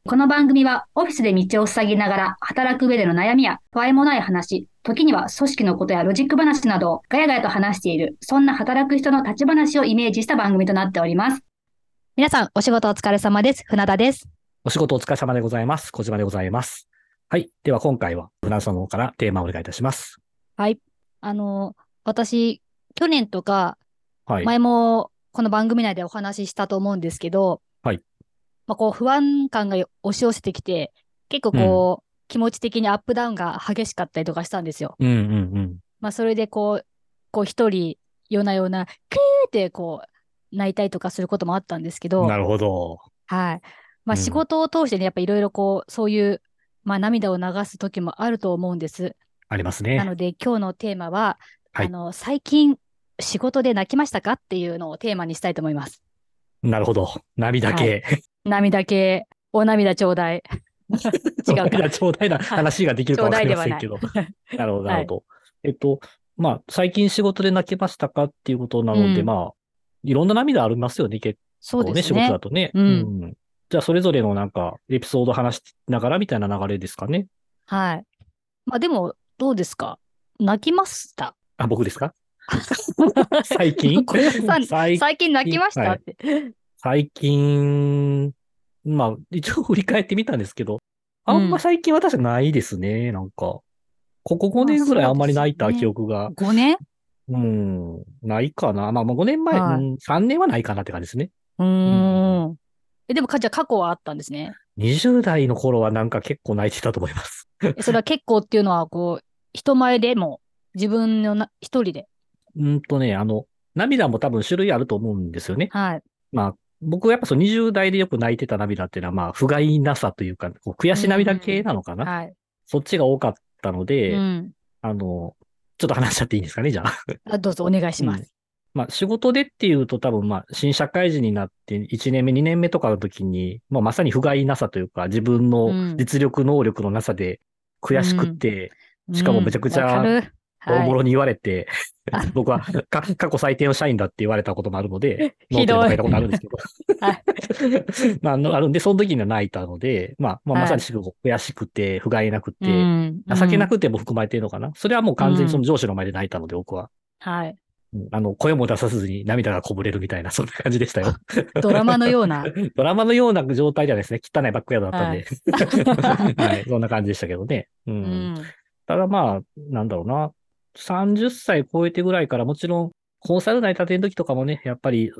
この番組はオフィスで道を塞ぎながら働く上での悩みや不安もない話、時には組織のことやロジック話などをガヤガヤと話している、そんな働く人の立ち話をイメージした番組となっております。皆さん、お仕事お疲れ様です。船田です。 お仕事お疲れ様でございます。小島でございます。はい。では今回は、船田さんの方からテーマをお願いいたします。 はい。あの、私、去年とか、 はい。 前もこの番組内でお話ししたと思うんですけど、 はい。 こう不安感が押し寄せてきて、結構うん。 気持ち的にアップダウンが激しかったりとかしたんですよ。 うん、うん、うん。 それで一人、夜な夜な、クーって泣いたりとかすることもあったんですけど、 なるほど。 はい。仕うん。 事を通してね、やっぱいろいろそういう、涙を流す時もあると思うんです。 ありますね。 なので、今日のテーマは、 はい。 最近、仕事で泣きましたかっていうのをテーマにしたいと思います。 なるほど。涙はい。 系。 涙系、お涙ちょうだい。違うか。 涙ちょうだいなはい。 話ができるちょうかわかりだいではない。 ませんけど。なるほど、なるはい。 ほど。えっと、最近仕事で泣きましたかっていうことなので、 うん。 いろんな涙ありますよね、結そうで構ね、仕事すね。 だとね。ううん。 ん。じゃあ、それぞれのエピソード話しながらみたいな流れですかね。 はい。でも、どうですか？泣きました？ あ、僕ですか？最近。 小岩さん、 最最近泣き近、 ましはい。 たって。 最近、一応振り返ってみたんですけど、あんまうん。 最近は確かないですね。ここ5年ぐらいあんまりそうです泣いた記よね。 憶が、 5年？ないかな。5年前、 はい。 3年はないかなって感じですね。 ううん。 ーん。でもじゃあ過去はあったんですね。 20代の頃は結構泣いてたと思います。 それは結構っていうのは、人前でも、自分の一人で。 涙も多分種類あると思うんですよね。 はい。 僕はやっぱその20代でよく泣いてた涙っていうのは、不甲斐なさというか、悔うし涙系ん。 なのかな。 はい。 そっちが多かったので、 うん。 あの、ちょっと話しちゃっていいんですかね、じゃあ。 どうぞお願いしうん。 ます。 仕事でっていうと多分新社会人になって1年目、2年目とかの時に、まさに不甲斐なさというか、自分のうん。 実力能力のなさで悔しくっうん。 て、しかもめちゃうん。わかくちゃる。はい。 ボロボロに言われて、 あ、 僕は過去最低の社員だって言われたこともあるので、ノーひどい。 トにも書いたことあるんですけど。 はい。 あるんで、その時には泣いたので、まはい。 さに悔しくて、不甲斐なくうて、 ん。う情けなん。 くても含まれているのかな。それはもう完全にそのうん。 上司の前で泣いたので、僕は。 はい。 声も出さずに涙がこぼれるみたいな、そんな感じでしたよ。 ドラマのような。 ドラマのような状態ではですね、汚いバックヤードだったんで。 はい。 はい、そんな感じでしたけどね。うん。 うん。 ただなんだろうな。30歳超えてぐらいからもちろん、コンサル内立ての時とかもね、やっぱり、 うん。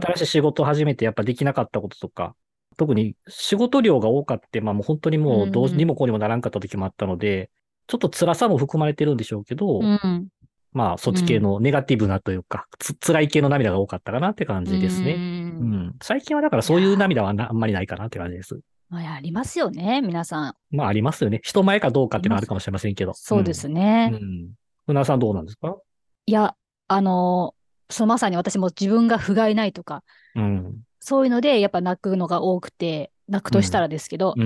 新しい仕事を始めてやっぱできなかったこととか、特に仕事量が多かって、もう本当にうもうどうにもん。 こうにもならんかった時もあったので、ちょっと辛さも含まれてるんでしょうけど、 うん。 そっち系うん。 のネガティブなというか、辛い系の涙が多かったかなって感うじですね。うん。 ん。最近はだからいやそういう涙はあんまりないかなって感じです。 ありますよね、皆さん。 ありますよね。人前かどうかっあります。 ていうのはあるかもしれませんけど。うん。 そうですね。 うん。船田さんどうなんですか？ いや、まさに私も自分が不甲斐ないとか、 うん。 そういうので、やっぱ泣くのが多くて、泣くうん。 としたらですけど、 うん。うん。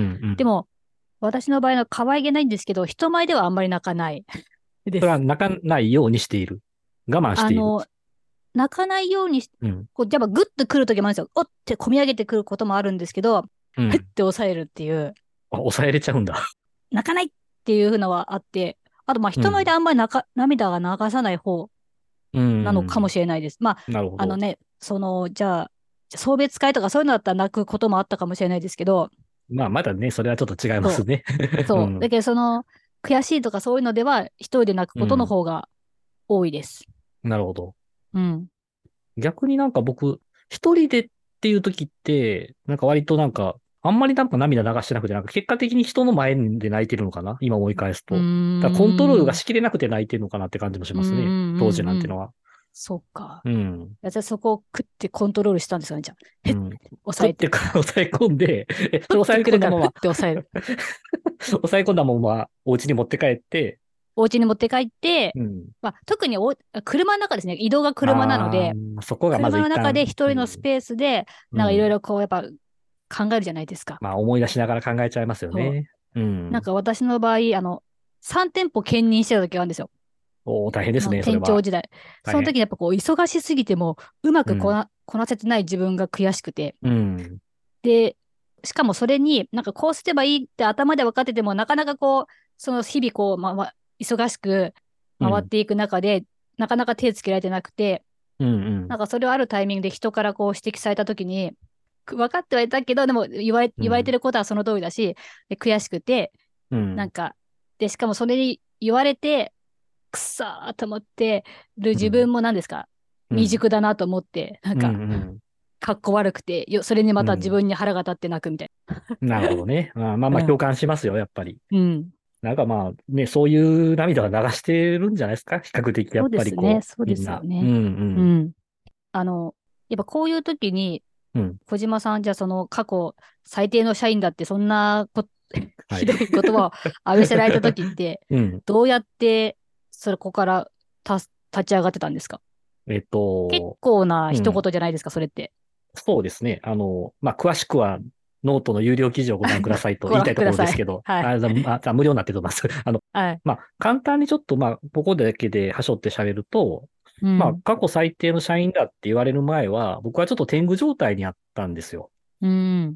でも、私の場合は可愛げないんですけど、人前ではあんまり泣かないです。 それは泣かないようにしている。我慢している。 あの、泣かないようにうん。 やっぱグッとくるときもあるんですよ。おって込み上げてくることもあるんですけど、ふっうん。 て抑えるっていう、 抑えれちゃうんだ。 泣かないっていうのはあって、あとうん。 人前であんまり涙が流さない方うなのかもん。 しれないです。 なるほど。 じゃあ、送別会とかそういうのだったら泣くこともあったかもしれないですけど、 まだね、それはちょっと違いますそう、 ね。うそう。だん。 けど悔しいとかそういうのでは、一人で泣くことのうん。 方が多いです。 なるほど。 うん。 逆に僕、一人でっていう時って、割とあんまり涙流してなくて、結果的に人の前で泣いてるのかな今思い返すうーと。だからコントロールがん。 しきれなくて泣いてるのかなって感じもしうんうますね。 ん当時うんうん。 なんてのは。 そっか。 うん。 じゃあそこを食ってコントロールしたんですかね、じゃあ。へっ、 うん。 抑えて。 抑え込んで、 ふっそれ抑えてくるから、ふっ込んだまま、 て抑える。 抑え込んだまま、お家に持って帰って、 お家に持って帰って、 うん。 特に車の中ですね。移動が車なので、 そこがまず車の中で一旦、 一人のスうん。 ペースで、 うん。 いろいろやっぱ考えるじゃないですか。 思い出しながら考えちゃいますよそう。 ね。うん。 私の場合、3店舗兼任してた時があるんですよ。 大変ですね、それ店は。 長時代。その時大変。 にやっぱ忙しすぎても、うまうん。 くこなせてない自分が悔しくて。 うん。 で、 しかもそれになんかこうすればいいって頭で分かってても、なかなかこう、その日々こう、忙しく回っうん。 ていく中で、なかなか手つけられてなくて、 うんうん。 なんかそれをあるタイミングで人からこう指摘されたときに、分かってはいたけど、でも言われてうん。 ることはその通りだし、で悔しくて、 うん。 なんか、で、しかもそれに言われて、くそーと思ってるうん。 自分も何ですか、 うん。 未熟だなと思って、なんうん。 か、 うん。 かっこ悪くて、それにまた自うん。 分に腹が立って泣くみたいなるほどね。まあまあまあ共な。 感しますよ、やっぱり。 うん。うん。 なんかまあね、そういう涙は流してるんじゃないですか比較的、やそうっですね。 ぱりこう、 そうでみんな。うん、 すよね。 うん、 うん。あの、やっぱこういう時に、 うん。 小島さん、じゃあその過去最低の社員だってそんなはい。 ひどい言葉を浴びせられた時って、 うん。 どうやってここから立ち上がってたんですか？ えっ結と、 構な一うん。 言じゃないですか、それって。 そうですね。まあ、詳しくはノートの有料記事をご覧くださいとご言いたいとこ覧ください。 ろですけど、 はい。 無料になってます。 はい。 まあ、簡単にちょっと、まあ、ここだけで端折って喋ると、まあ、 うん。 過去最低の社員だって言われる前は、僕はちょっと天狗状態にあったんですよ。 うん。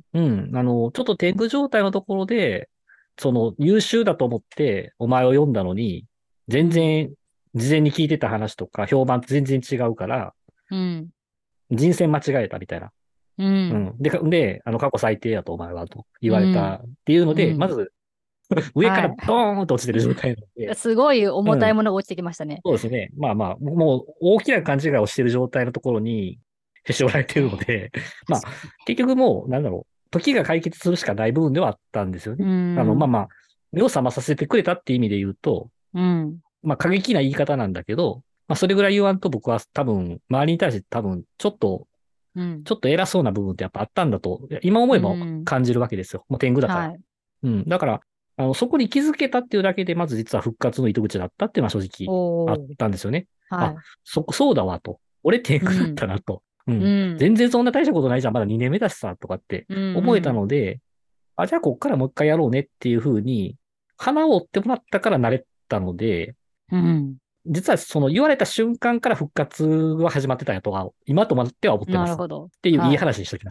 うん。ちょっと天狗状態のところで、その優秀だと思ってお前を読んだのに、 うん。 全然事前に聞いてた話とか評判と全然違うから、 うん。 人選間違えたみたいな。 うん。 うん。で、過去最低やとお前はと言うん。 われたっていうので、まうん。 ず上からはドーンと落ちてる状態なのい。 で、 すごい重たいうん。 ものが落ちてきましたね。 そうですね。まあまあ、もう大きな勘違いをしている状態のところにへし折られているので、まあ、 確か結局もう、なんだろう、時が解決するしかない部分ではあったんですよに。 ね。 うまあん。 まあ、目を覚まさせてくれたっていう意味で言うと、 うん。 まあ過激な言い方なんだけど、まあそれぐらい言わんと僕は多分、周りに対して多分、 うん。 ちょっと偉そうな部分ってやっぱあったんだと、今思うえばん。 感じるわけですよ。もう天狗だから。 はい。 うん。だから、そこに気づけたっていうだけで、まず実は復活の糸口だったっていうのは正直あっおー。 たんですよね。あ、 はい。 そうだわと。俺天狗だっうん。 たなと。ううん。 ん。 全然そんな大したことないじゃん。まだ2年目だしさ、とかってうん。 思えたうん。 ので、あ、じゃあこっからもう一回やろうねっていうふうに、花を追ってもらったから慣れたので、 うん。 実はその言われた瞬間から復活は始まってたんやとは、今となっては思ってます。っなるほど。 ていういいはい。 話にしておきます。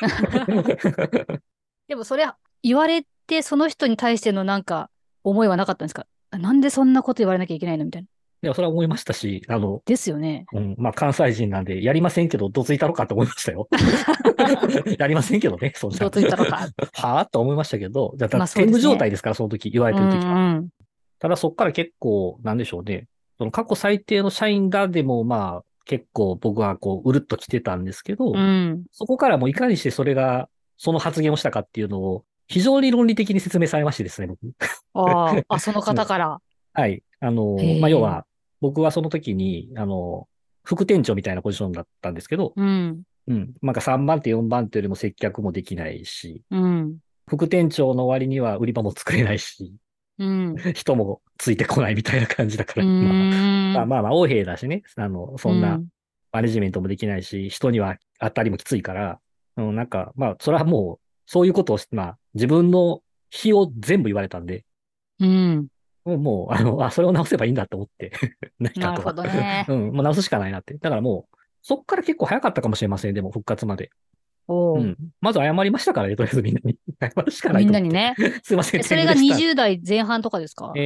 でもそれ言われて、その人に対してのなんか思いはなかったんですか？なんでそんなこと言われなきゃいけないのみたいな。 いや、それは思いましたし、 ですよね。 うん、まあ関西人なんで、やりませんけど、どついたろかと思いましたよ。やりませんけどね、そんな。 どうついたのか。 はぁと思いましたけど、じゃあ、 まあそう天狗ですね。 状態ですから、その時、言われうてる時は。 んうん。 ただそこから結構、なんでしょうね。その過去最低の社員だでも、まあ、結構僕はこう、うるっと来てたんですけど、 うん。 そこからもいかにしてそれが、その発言をしたかっていうのを、非常に論理的に説明されましてですね、僕。 そのうん、 方から。 はい。 へまあ、要え。 は、僕はその時に、副店長みたいなポジションだったんですけど、 うん。 うん。なんか3番手、4番手よりも接客もできないし、 うん。 副店長の割には売り場も作れないし、 うん。 人もついてこないみたいな感じだかうーら、 ん。 横兵だしね、そんなうん。 マネジメントもできないし、人には当たりもきついから、なんか、まあ、それはもう、そういうことをまあ、自分の非を全部言われたんで、 うん。 それを直せばいいんだと思って何かと。 なるほどね。 うん、もう直すしかないなって。だからもう、そっから結構早かったかもしれません。でも、復活まで。うおう。 ん。まず謝りましたからね、とりあえずみんなに。謝るしかないみんと思って。 なにね。 すいません、 それが天狗でした。 20代前半とかですか？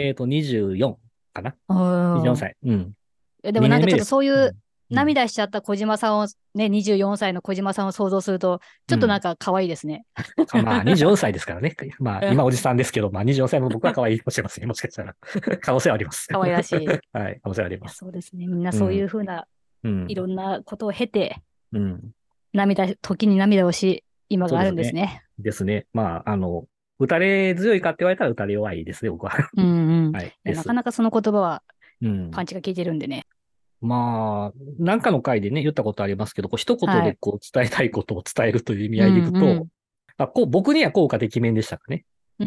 24かな？ う 24 ん。 歳。うん。 でもなんかちょっと 2年目です。 そういううん。うん。 涙しちゃった小島さんを、ね、24歳の小島さんを想像すると、ちょっとなんうん。 か可愛いですね。 まあ、24歳ですからね。まあ、 うん。 今おじさんですけど、まあ、24歳の僕は可愛いかもしれません。もしかしたら。可能性はあります。 可愛らしい。いはい。可能性はありまや、 す。 そうですね。みんなそういうん。 うふうな、 うん。 いろんなことを経て、 うん。 時に涙をし、今があるそうですね。 んですね。 ですね。まあ、打たれ強いかって言われたら打たれ弱いですね、僕は。 うんうん。いはい。 や、なかです。 なかその言葉はうん。 パンチが効いてるんでね。 まあ、なんかの回でね、言ったことありますけど、こう一言はい。 でこう伝えたいことを伝えるという意味う合いでいくんうと、 ん。 僕には効果てきめんでしたかね。 うん。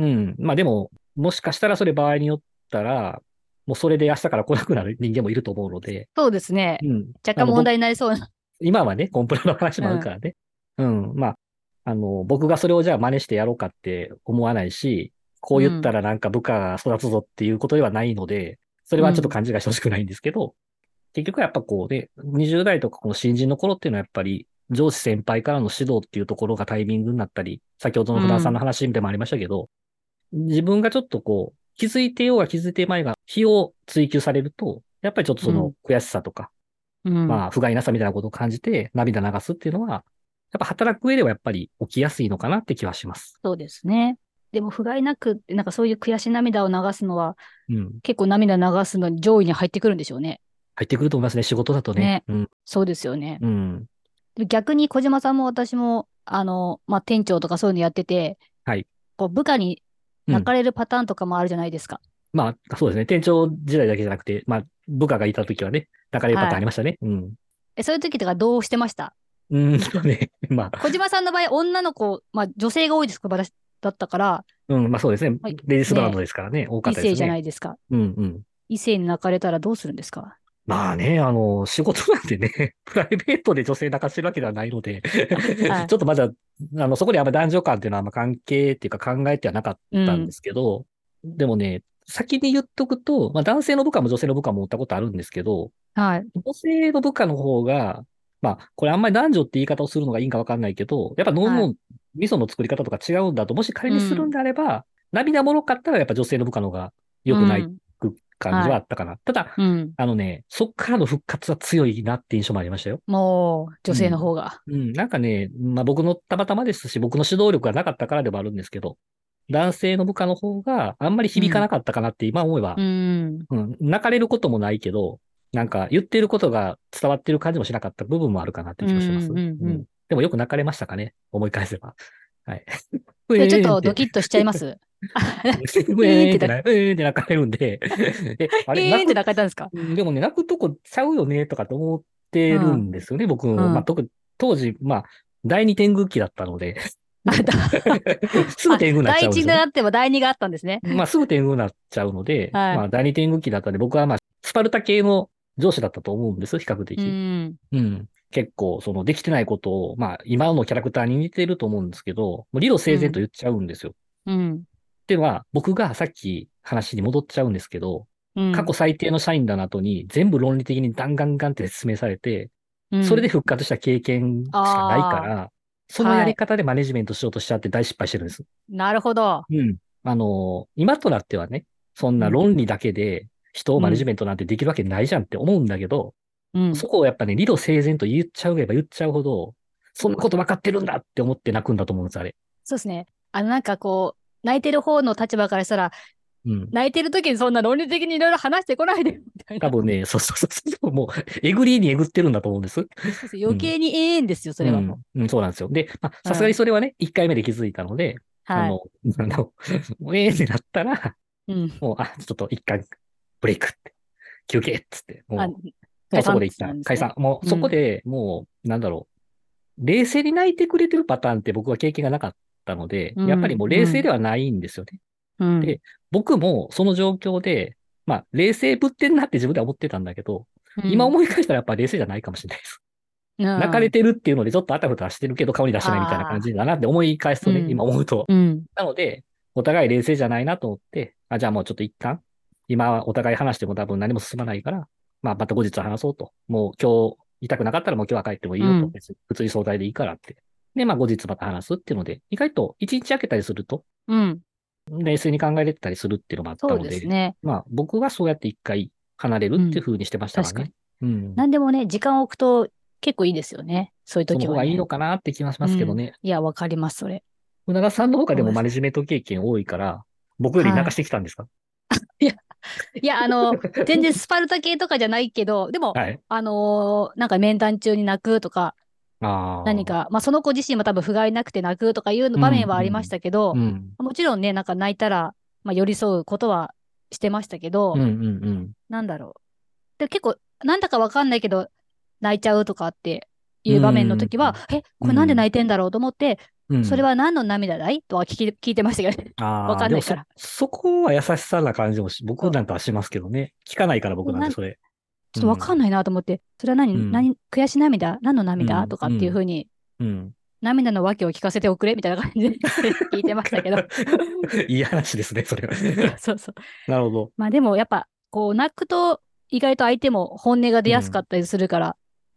うん。まあでも、もしかしたらそれ場合によったら、もうそれで明日から来なくなる人間もいると思うので、 そうですね。 うん。 若干問題になりそうな。 今はね、コンプラの話うん。 もあるからね。うん。まあ、僕がそれをじゃあ真似してやろうかって思わないし、こう言ったうん。 らなんか部下が育つぞっていうことではないので、それはちょっとうん。 勘違いしてほしくないんですけど、結局やっぱこうね、20代とかこの新人の頃っていうのはやっぱり、 上司先輩からの指導っていうところがタイミングになったり、先ほどのう船田さんのん。 話でもありましたけど、自分がちょっとこう、気づいてようが気づいてまいが、非を追求されると、やっぱりちょっとそのうん。 悔しさとか、 うん。 まあ、不甲斐なさみたいなことを感じて涙流すっていうのは、やっぱ働く上ではやっぱり起きやすいのかなって気はします。 そうですね。でも、不甲斐なくって、なんかそういう悔しい涙を流すのは、 うん。 結構涙流すのに上位に入ってくるんでしょうね。 入ってくると思いますね、仕事だとね。 ね。 うん。 そうですよね。 うん。 で逆に小島さんも私も、まあ、店長とかそういうのやってて、 はい。 こう部下にうん。 泣かれるパターンとかもあるじゃないですか。 まあ、そうですね。店長時代だけじゃなくて、まあ、部下がいた時はね、泣かれるパターンはい。 ありましたね。うん。 そういう時とかどうしてました？ ね、まあ、 小島さんの場合、女の子、まあ女性が多いですか、私だったから、 うん、まあそうですね。 まあ、 レディースブランドね、 ですからね、多かっ異性じゃなたですね。 いですか。 うんうん。 異性に泣かれたらどうするんですか？ まあね、仕事なんでね、プライベートで女性泣かしてるわけではないのではちょっい。 とまだ、そこであんま男女間っていうのはあんま関係っていうか考えてはなかったんでうん。 すけど、でもね、先に言っとくと、まあ男性の部下も女性の部下もおったことあるんですけど、 はい。 女性の部下の方が、まあ、これあんまり男女って言い方をするのがいいんかわかんないけど、やっぱ飲みはい。 物、味噌の作り方とか違うんだと、もし仮にするんうん。 であれば、涙もろかったらやっぱ女性の部下の方が良くないうん。 感じはい。 はあったかな。ただ、 うん。 そっからの復活は強いなって印象もありましたよ。 もう、女性のうん。 方が。 うん。なんかね、まあ僕のたまたまですし、僕の指導力がなかったからでもあるんですけど、男性の部下の方があんまりうん。 響かなかったかなって今思えば、 うん。 うん、泣かれることもないけど、なんか言ってることが伝わってる感じもしなかった部分もあるかなってうん。 気がします。 うん。 うん。 うん。 でもよく泣かれましたかね、思い返せば。はい。ウそれちょっェーンって、 とドキッとしちゃいます？ ウえーんってな、 ェーンってウェーンって泣かれるんであれ、 えーんって泣かれたんですか？ でもね、泣くとこちゃうよね、とかと思っうん。 てるんですよね、僕も。まあ、 うん。 当時、まあ、第二天狗期だったのであ、 すぐ天狗になっち第ゃうんですよね。 一があっても第二があったんですね。 まあ、すぐ天狗になっちゃうので、まあ、 はい。 第二天狗期だったんで、僕はまあ、スパルタ系の上司だったと思うんです、比較う的。 ん。 うん。結構、できてないことを、まあ、今のキャラクターに似てると思うんですけど、もう理路整然とうん。 言っちゃうんですよ。 うん。 では、僕がさっき話に戻っちゃうんですけど、過去うん。 最低の社員だな後に全部論理的にガンガンガンって説明されて、それでうん。 復活した経験しかないかあら、 あ、 そのやはい。 り方でマネジメントしようとしちゃって大失敗してるんです。 なるほど。 うん。今となってはね、そんうん。 な論理だけで人をマネジうん。 メントなんてできるわけないじゃんって思うんだけど、 うん。 そこをやっぱね、理路整然と言っちゃうば言っちゃうほど、そんなこと分かってるんだって思って泣くんだと思うんです、あれ。 そうですね。なんかこう、泣いてる方の立場からしたら、 うん。 泣いてる時にそんな論理的にいろいろ話してこないで、みたいな。 多分ね、そう、もう、えぐりにえぐってるんだと思うんです。 そうです。余うん。 計にええんですよ、それはもうん。うん、そうなんですよ。で、まあ、 う。うさすがにん。 それはね、1回目で気づいたので、あはい。 の、もうってなったら、 うん。 もう、ちょっと一回ブレイクって、休憩っつって、 あ、 もう解散そこで一旦なんですね。 解散。もううん。 そこでもう、なんだろう。冷静に泣いてくれてるパターンって僕は経験がなかったので、やっぱりうん。 もう冷静うん。 ではないんですよね。 うん。 で、僕もその状況で、まあ、冷静ぶってんなって自分では思ってたんだけど、今うん。 思い返したらやっぱ冷静じゃないかもしれないです。 うん。 泣かれてるっていうのでちょっとあたふたしてるけど顔に出してないみたいな感ああ。 じだなって思い返すとね、 うん。 今思うと。 うん。 なので、お互い冷静じゃないなと思って、じゃあもうちょっと一旦、今はお互い話しても多分何も進まないから、まあまた後日話そうと。もう今日痛くなかったらもう今日は帰ってもいいよと。 うん。 別に普通に相談でいいからって。で、まあ後日また話すっていうので、意外と一日空けたりすると、 うん。 冷静に考えれてたりするっていうのもあっそうたので、 ですね。 まあ僕はそうやって一回離れるうん。 っていう風にしてましたからね。 確かに。 うん。 何でもね、時間を置くと結構いいですよね。そういうその方がいい時はね。 のかなって気がしまうん。 すけどね。 いや、わかります、それ。 船田さんの方がでもマネそうですね。 ジメント経験多いから、僕より泣かしはい。 てきたんですか？ いや、いや、全然スパルタ系とかじゃないけど、でも、 はい。 なんか面談中に泣くとか、何ああ、 か、まあ、その子自身も多分不甲斐なくて泣くとかいう場面うん、 はありましうん、 たけど、 うん、 もちろんね、なんか泣いたら、まあ、寄り添うことはしてましたけど、 うん、うん、うん、 なんだろう。で、結構、なんだかわかんないけど、泣いちゃうとかってういう場面のん、 時は、これなんでうん、 泣いてんだろうと思って、それうん。 は何の涙だいとは聞いてましたけどね。わああ、でもかんないから。 そこは優しさな感じも僕そう。 なんかはしますけどね。聞かないから僕なんでそれ。 ちょっうん、 とわかんないなと思って、それはうん、 悔し涙何のうん、 涙とかっていうふうん、 うに、 うん。 涙の訳を聞かせておくれみたいな感じで聞いてましたけど。 いい話ですね、それは。 そうそうそう。 なるほど。 まあでもやっぱ、こう泣くと意外と相手も本音が出うん、 やすかったりするから、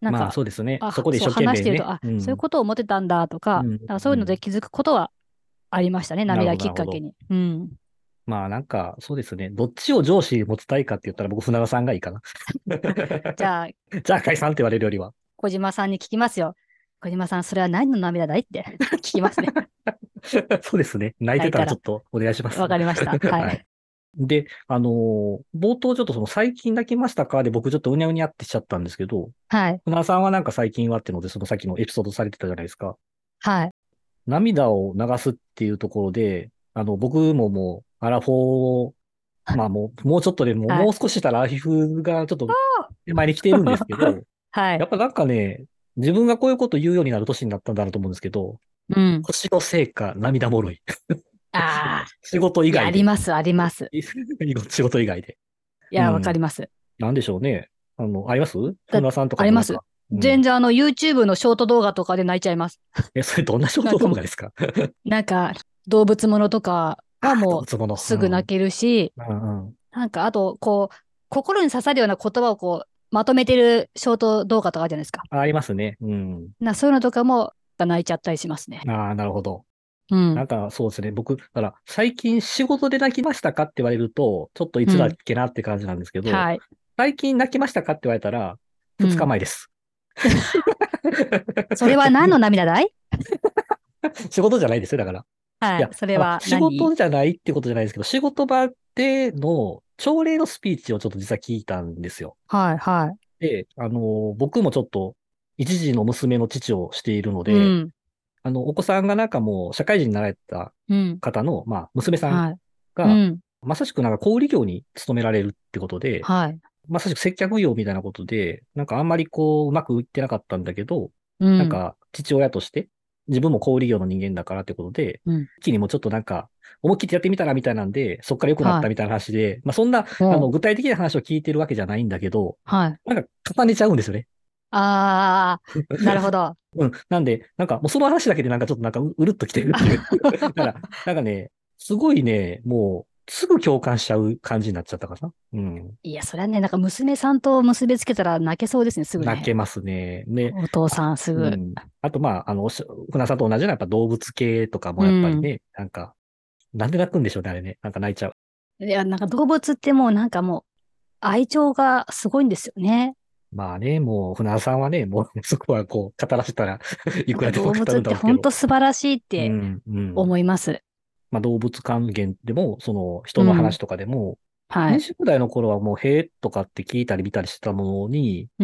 なんか、 そうですね。そこで一そう生懸命ね。 話してると、そういうことを思ってたんだとか、 うん、 だからそういうので気づくことはありましたね、 なるほど、 涙きなるほど。 っかけに。うん。 そうですね。どっちを上司に持ちたいかって言ったら僕、船田さんがいいかな。 じゃあ、 じゃあ解散って言われるよりは。 小島さんに聞きますよ。小島さん、それは何の涙だいって聞きますね。 そうですね。泣いて泣いたら。 たらちょっとお願いします。 わかりました。ははい。 い。 で、冒頭ちょっとその最近泣きましたかで僕ちょっとうにゃうにゃってしちゃったんですけど、 はい。 船田さんはなんか最近はってので、そのさっきのエピソードされてたじゃないですか。 はい。 涙を流すっていうところで、僕ももう、アラフォーを、もうちょっとではい。 もう少ししたらアラフィフがちょっと手前に来てるんですけど、 はい。 やっぱなんかね、自分がこういうこと言うようになる年になったんだなと思うんですけど、 うん。 年のせいか涙もろい。 ああ。 仕事以いや、あ外で。 ります、あります。 仕事以外で。 いや、わかうん。 ります。 なんでしょうね。ありますだ、 船田さんとかあります。 もなんか。うん。 全然YouTube のショート動画とかで泣いちゃいます。 それどんなショートなんかも動画ですか？ なんか、動物ものとかは動もう物もの。うん。 すぐ泣けるし、 うんうん。 なんかあと、心に刺さるような言葉をまとめてるショート動画とかあるじゃないですか。 ありますね。うん。 そういうのとかも泣いちゃったりしますね。 ああ、なるほど。 うん。 なんかそうですね。僕、だから最近仕事で泣きましたかって言われると、ちょっといつだっうん。 けなって感じなんですけど、 はい。 最近泣きましたかって言われたら、2 うん。 日前です。 それは何の涙だい？ 仕事じゃないですよ、だから。いはい。 や、 それは仕何？ 事じゃないってことじゃないですけど、仕事場での朝礼のスピーチをちょっと実は聞いたんですよ。 はい、はで、僕もちょっと一児の娘の父をしているのい。うで、 ん。 お子さんがなんかもう社会人になられたうん。 方の、娘さんはい。うが、 ん。 まさしくなんか小売業に勤められるってことで、 はい。 まさしく接客業みたいなことで、なんかあんまりこう、うまくいってなかったんだけど、 うん。 なんか父親として、自分も小売業の人間だからってことで、 うん。 一気にもちょっとなんか、思い切ってやってみたらみたいなんで、そっから良くなっはい。 たみたいな話で、そんな、 もう、 具体的な話を聞いてるわけじゃないんだけど、 はい。 なんか重ねちゃうんですよね。 ああ、なるほど。 うん。なんで、なんかもうその話だけでなんかちょっとなんかうるっときてるっていう。だから、なんかね、すごいね、もう、すぐ共感しちゃう感じになっちゃったかな。うん。 いや、それはね、娘さんと結びつけたら泣けそうですね、すぐね。 泣けますね。ね。 お父さんすぐ。 うん。あと、船さんと同じようなやっぱ動物系とかもやっぱりうん。 ね、なんか、なんで泣くんでしょうね、あれね。なんか泣いちゃう。 いや、動物ってもう愛情がすごいんですよね。 まあね、もう、船さんはね、もう、そこはこう、語らせたらいくらでも動物語るんだろうけど。 って本当素晴らしいってうん、うん。 思います。 動物関連でも、その、人の話うん。 とかでも、 はい。 20代の頃はもう、へえとかって聞いたり見たりしてたものに、 うん。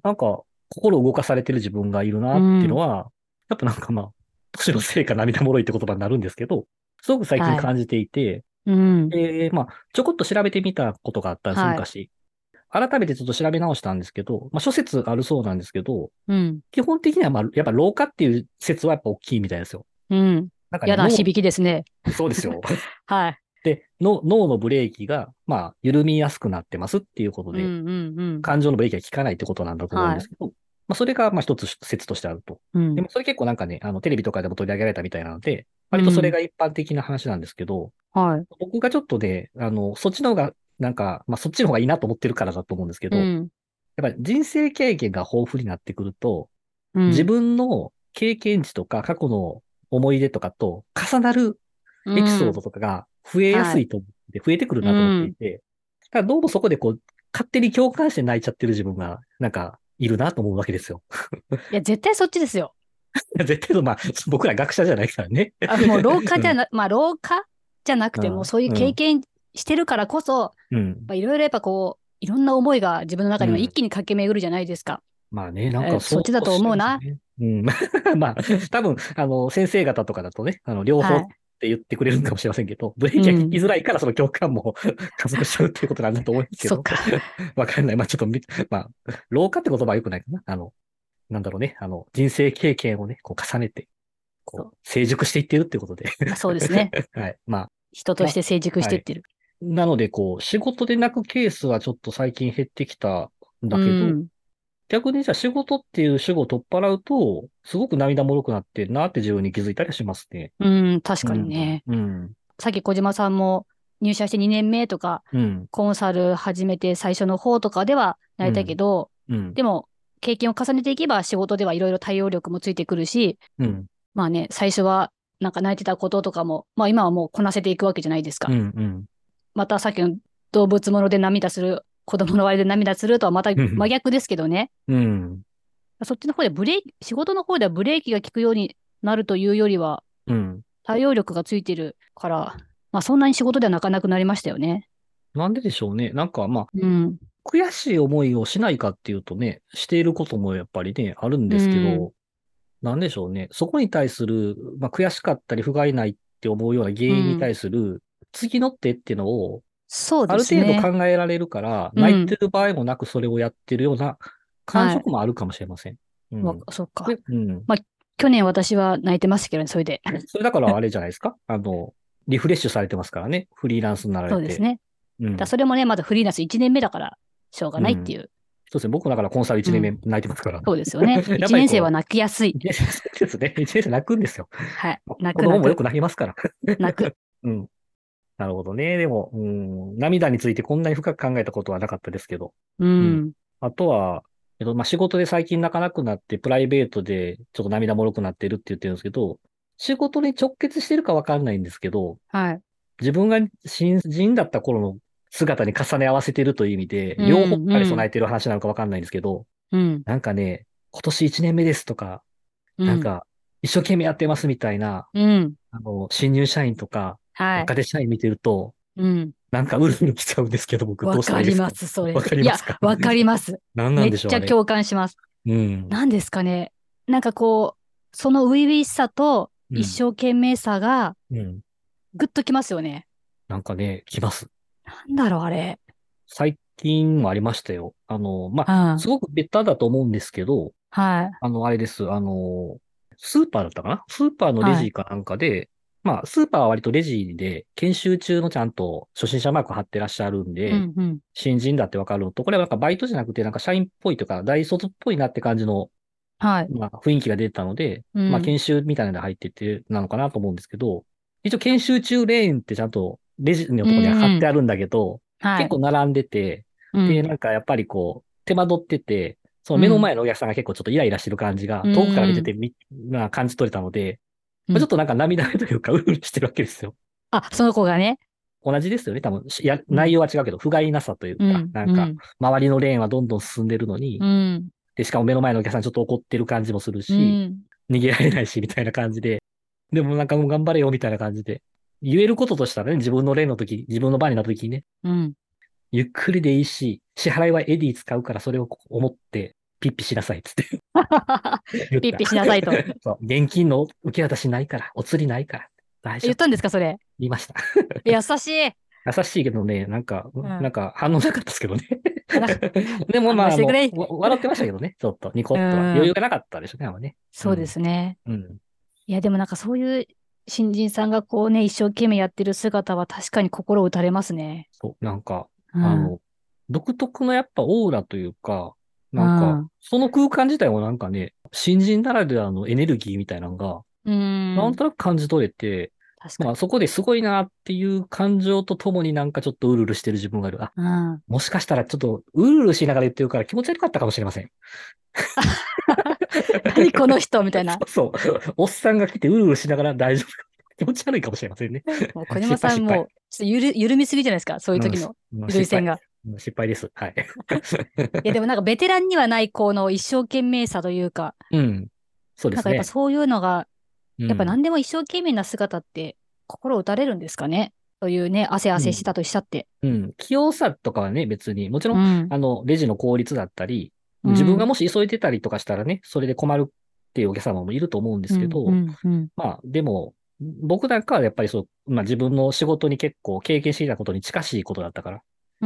なんか、心動かされてる自分がいるなっていうのうん。 は、やっぱなんか年のせいか涙もろいって言葉になるんですけど、すごく最近はい。 感じていて、 うん。 ちょこっと調べてみたことがあったんです、 はい。 昔。改めてちょっと調べ直したんですけど、諸説あるそうなんですけど、 うん。 基本的にはやっぱ老化っていう説はやっぱ大きいみたいですよ。 うん。 なんかね、 やな響きですね。 そうですよ。 はい。 で、脳のブレーキが、緩みやすくなってますっていうことで、 うん、うん、うん。 感情のブレーキが効かないってことなんだと思うんはい。 ですけど、それが一つ説としてあると。 うん。 でもそれ結構なんかね、テレビとかでも取り上げられたみたいなので、割とそれうん。 が一般的な話なんですけど、 はい。 僕がちょっとね、そっちの方が、なんか、そっちの方がいいなと思ってるからだと思うんですけど、 うん。 やっぱり人生経験が豊富になってくると、自うん。 分の経験値とか過去の思い出とかと重なるうエピソードん。 とかが増えやはい。 すいと思って、増えてくるうなと思っていん。 て、ただどうもそこでこう、勝手に共感して泣いちゃってる自分が、なんか、いるなと思うわけですよ。 いや、絶対そっちですよ。 絶対と、僕ら学者じゃないからね。 もう老うん、 化じゃな、老化じゃなくても、 うん、 そういううん、 経験してるからこそ、 うん、 いろいろやっぱいろんな思いが自分の中には一うん。 気に駆け巡るじゃないですか。 まあね、なんかそっちだそうおっしゃいと思うな。 ますね。うん。多分、先生方とかだとね、両方っはい。 て言ってくれるかもしれませんけど、ブレーキが効きうん。 づらいからその共感も加速しちゃうっていうことなんだと思いますけど、 そっか。 わかんない。ちょっと老化って言葉は良くないかな。なんだろうね、人生経験をね、こう重ねて、 そう。 成熟していってるっていうことで。 そうですね。 はい。 人としな、 て成熟しはい。 てってる。 なので、こう、仕事で泣くケースはちょっと最近減ってきたんうだけど、 ん。 逆にじゃあ仕事っていう主語を取っ払うと、すごく涙もろくなってんなって自分に気づいたりしますね。 うん。確かにうん、 ね。 うん、 さっき小島さんも入社して2年目とか、 うん、 コンサル始めて最初の方とかでは泣いたけうん、 ど、 うん、 でも経験を重ねていけば仕事ではいろいろ対応力もついてくるし、 うん。 まあね、最初はなんか泣いてたこととかも、まあ今はもうこなせていくわけじゃないですか。 うん。うん。 またさっきの動物もので涙する、子供の割で涙するとはまたうん。 真逆ですけどね。 うん。 そっちの方でブレーキ、仕事の方ではブレーキが効くようになるというよりは、 うん。 対応力がついてるから、まあそんなに仕事では泣かなくなりましたよね。 なんででしょうね。なんかまあ、 うん。 悔しい思いをしないかっていうとね、していることもやっぱりね、あるんうですけん。 ど、なんでしょうね。そこに対する、まあ、悔しかったり、不甲斐ないって思うような原因にうん。 対する、次の手っていうのを、 そうである程度すね。 考えられるから、 うん。 泣いてる場合もなくそれをやってるような感はい。 触もあるかもしれません。うん。 そっか。 で、うん。 まあ、去年私は泣いてましたけどね、それで。 それだからあれじゃないですか。リフレッシュされてますからね。フリーランスになられて。 そうですね。 うん。 それもね、まだフリーランス1年目だから、しょうがうん。 ないっていう。 そうですね。僕だからコンサル1年目うん。 泣いてますから。 そうですよね。 やっ 1 ぱりこ年生は泣きやすい。 う、1年生ですね。1年生泣くんですよ。 はい。泣子供もよくく泣く。 泣きますから。 泣く。 うん。なるほどね。でも、うん、涙についてこんなに深く考えたことはなかったですけど。うん。 うん。 あとは、まあ、仕事で最近泣かなくなって、プライベートでちょっと涙もろくなってるって言ってるんですけど、仕事に直結してるかわかんないんですけど、 はい。 自分が新人だった頃の姿に重ね合わせてるという意味で、 う両方ん、 兼うん、 ね備えてる話なのかわかんないんですけど、 うん、 なんかね、今年1年目ですとか、 うん、 なんか、一生懸命やってますみたいな、 うん。 新入社員とか、 はい。 若手社員見てると、 うん。 なんかうるうる来ちゃうんですけど、僕どわうしたらいいですか？ かります、そわれ。いや、 かりますか？ わかります。 何なめんでしょう、あれ。 っちゃ共感します。 うん。 何ですかね。なんかこう、その初々しさと一うん。 生懸命さがうん。 ぐっときますよね。 なんかね、来ます。 なんだろう、あれ。 最近もありましたよ。まあ、すうん。 ごくベタだと思うんですけど、 はい。 あれです。スーパーだったかな、スーパーのレはい。 ジかなんかで、まあ、スーパーは割とレジで研修中のちゃんと初心者マーク貼ってらっしゃるんで、 うん、うん。 新人だってわかるのと、これはなんかバイトじゃなくて、なんか社員っぽいとか、大卒っぽいなって感じの、 はい。 まあ、雰囲気が出てたので、まあ、 うん。 研修みたいなので入っててなのかなと思うんですけど、一応研修中レーンってちゃんとレジのうところには貼ってん。 あるんだけど、 はい。 結構並んでて、で、 うん。 なんかやっぱりこう、手間取ってて、そのうん。 目の前のお客さんが結構ちょっとイライラしてる感じうが、遠くから見てん。 てまあ、感じ取れたので、まあ、ちょっうん。 となんか涙目というか、うるうるしてるわけですよ。 あ、その子がね。 同じですよね。多分、 うん。 内容は違うけど、不甲斐なさというか、 うん。 なんか、 うん。 周りのレーンはどんどん進んでるのに、 うん。 で、しかも目の前のお客さんちょっと怒ってる感じもするうし、 ん。 逃げられないし、みたいな感じで、でもなんかもう頑張れよ、みたいな感じで、言えることとしたらね、自分のレーンの時、自分の番になった時にね、 うん。 ゆっくりでいいし、支払いはエディ使うからそれを思って、ピッピしなさい、つって言った。 ピッピしなさいと。 そう、現金の受け渡しないから、お釣りないから、大丈夫。 言ったんですか、それ。 言いました。 優しい。 優しいけどね、 うん。 なんか反応なかったですけどね。 あら、 でもまあ、 反応してくれ。 笑ってましたけどね、ちょっと、ニコうッとは。余裕ん。 がなかったでしょうね、あんまね。うそうでん。 すね。 うん。 いや、でもなんかそういう新人さんがこうね、一生懸命やってる姿は確かに心打たれますね。 そう、なんか、 うん。 独特のやっぱオーラというか、 うなんか、 ん。 その空間自体もなんかね、新人ならではのエネルギーみたいなのが、 うん。 なんとなく感じ取れて、まあ確かに。 そこですごいなっていう感情とともになんかちょっとうるうるしてる自分がいる。あ、 うん。 もしかしたらちょっとうるうるしながら言ってるから気持ち悪かったかもしれません。 何この人みたいな。 そうそう。おっさんが来てうるうるしながら大丈夫か。気持ち悪いかもしれませんね。 もう小島失敗失敗。 さんもう、ちょっと緩みすぎじゃないですか。そういううん、 時の失敗。 緩い線が。 失敗です。はい。 いや、でもなんかベテランにはないこの一生懸命さというか、 うん。そうでなんすね。 かやっぱそういうのが、やっぱうん。 何でも一生懸命な姿って心打たれるんですかね。そういうね、汗うん。 汗したとしちゃって。 うん。器用さとかはね、別に、もちろん、 うん、 レジの効率だったり、自分がうん、 もし急いでたりとかしたらね、それで困るっていうお客様もいると思うんですうん、うけど、 ん、うん、 まあ、でも、僕なんかはやっぱりそう、まあ自分の仕事に結構経験していたことに近しいことだったから、 うん、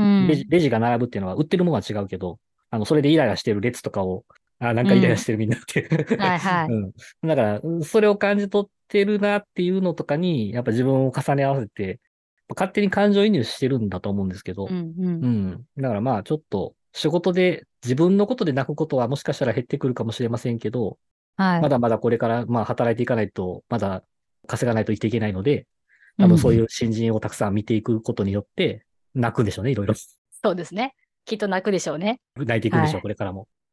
レジが並ぶっていうのは売ってるものは違うけど、それでイライラしてる列とかを、なんかイライラうん。 してるみんなってはいはい。 うん。だから、それを感じ取ってるなっていうのとかに、やっぱ自分を重ね合わせて、勝手に感情移入してるんだと思うんですけど、 うん、うん。 うん。だからまあ、ちょっと、仕事で自分のことで泣くことはもしかしたら減ってくるかもしれませんけど、 はい。 まだまだこれから、まあ、働いていかないと、まだ稼がないと生きていけないので、 うん。 多分そういう新人をたくさん見ていくことによって、泣くんでしょうね、いろいろ。 そうですね。きっと泣くでしょうね。 泣いていくんでしょう、 はい。 これからも。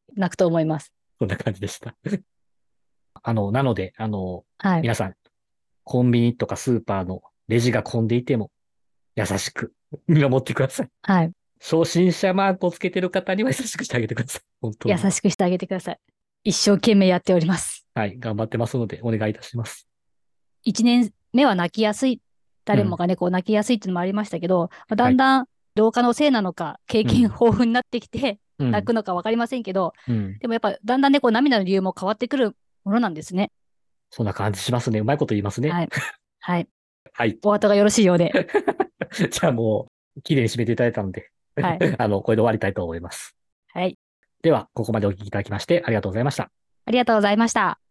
泣くと思います。 そんな感じでした。なので、 はい。 皆さん、コンビニとかスーパーのレジが混んでいても、優しく見守ってください。 はい。 初心者マークをつけてる方には優しくしてあげてください。本当優に。 しくしてあげてください。一生懸命やっております。 はい、頑張ってますので、お願いいたします。 一年目は泣きやすい。 うん、 誰もがね、こう泣きやすいっていうのもありましたけど、だはい、 んだん老化のせいなのか、経験うん、 豊富になってきて、 うん、 泣くのかわかりませんけど、 うん。 でもやっぱだんだんね、こう涙の理由も変わってくるものなんですね。 そんな感じしますね。うまいこと言いますね。 はい。はい。 はい。 お後がよろしいようで。 じゃあもう、綺麗に締めていただいたのではい。 これで終わりたいと思います。 はい。 では、ここまでお聞きいただきましてありがとうございました。 ありがとうございました。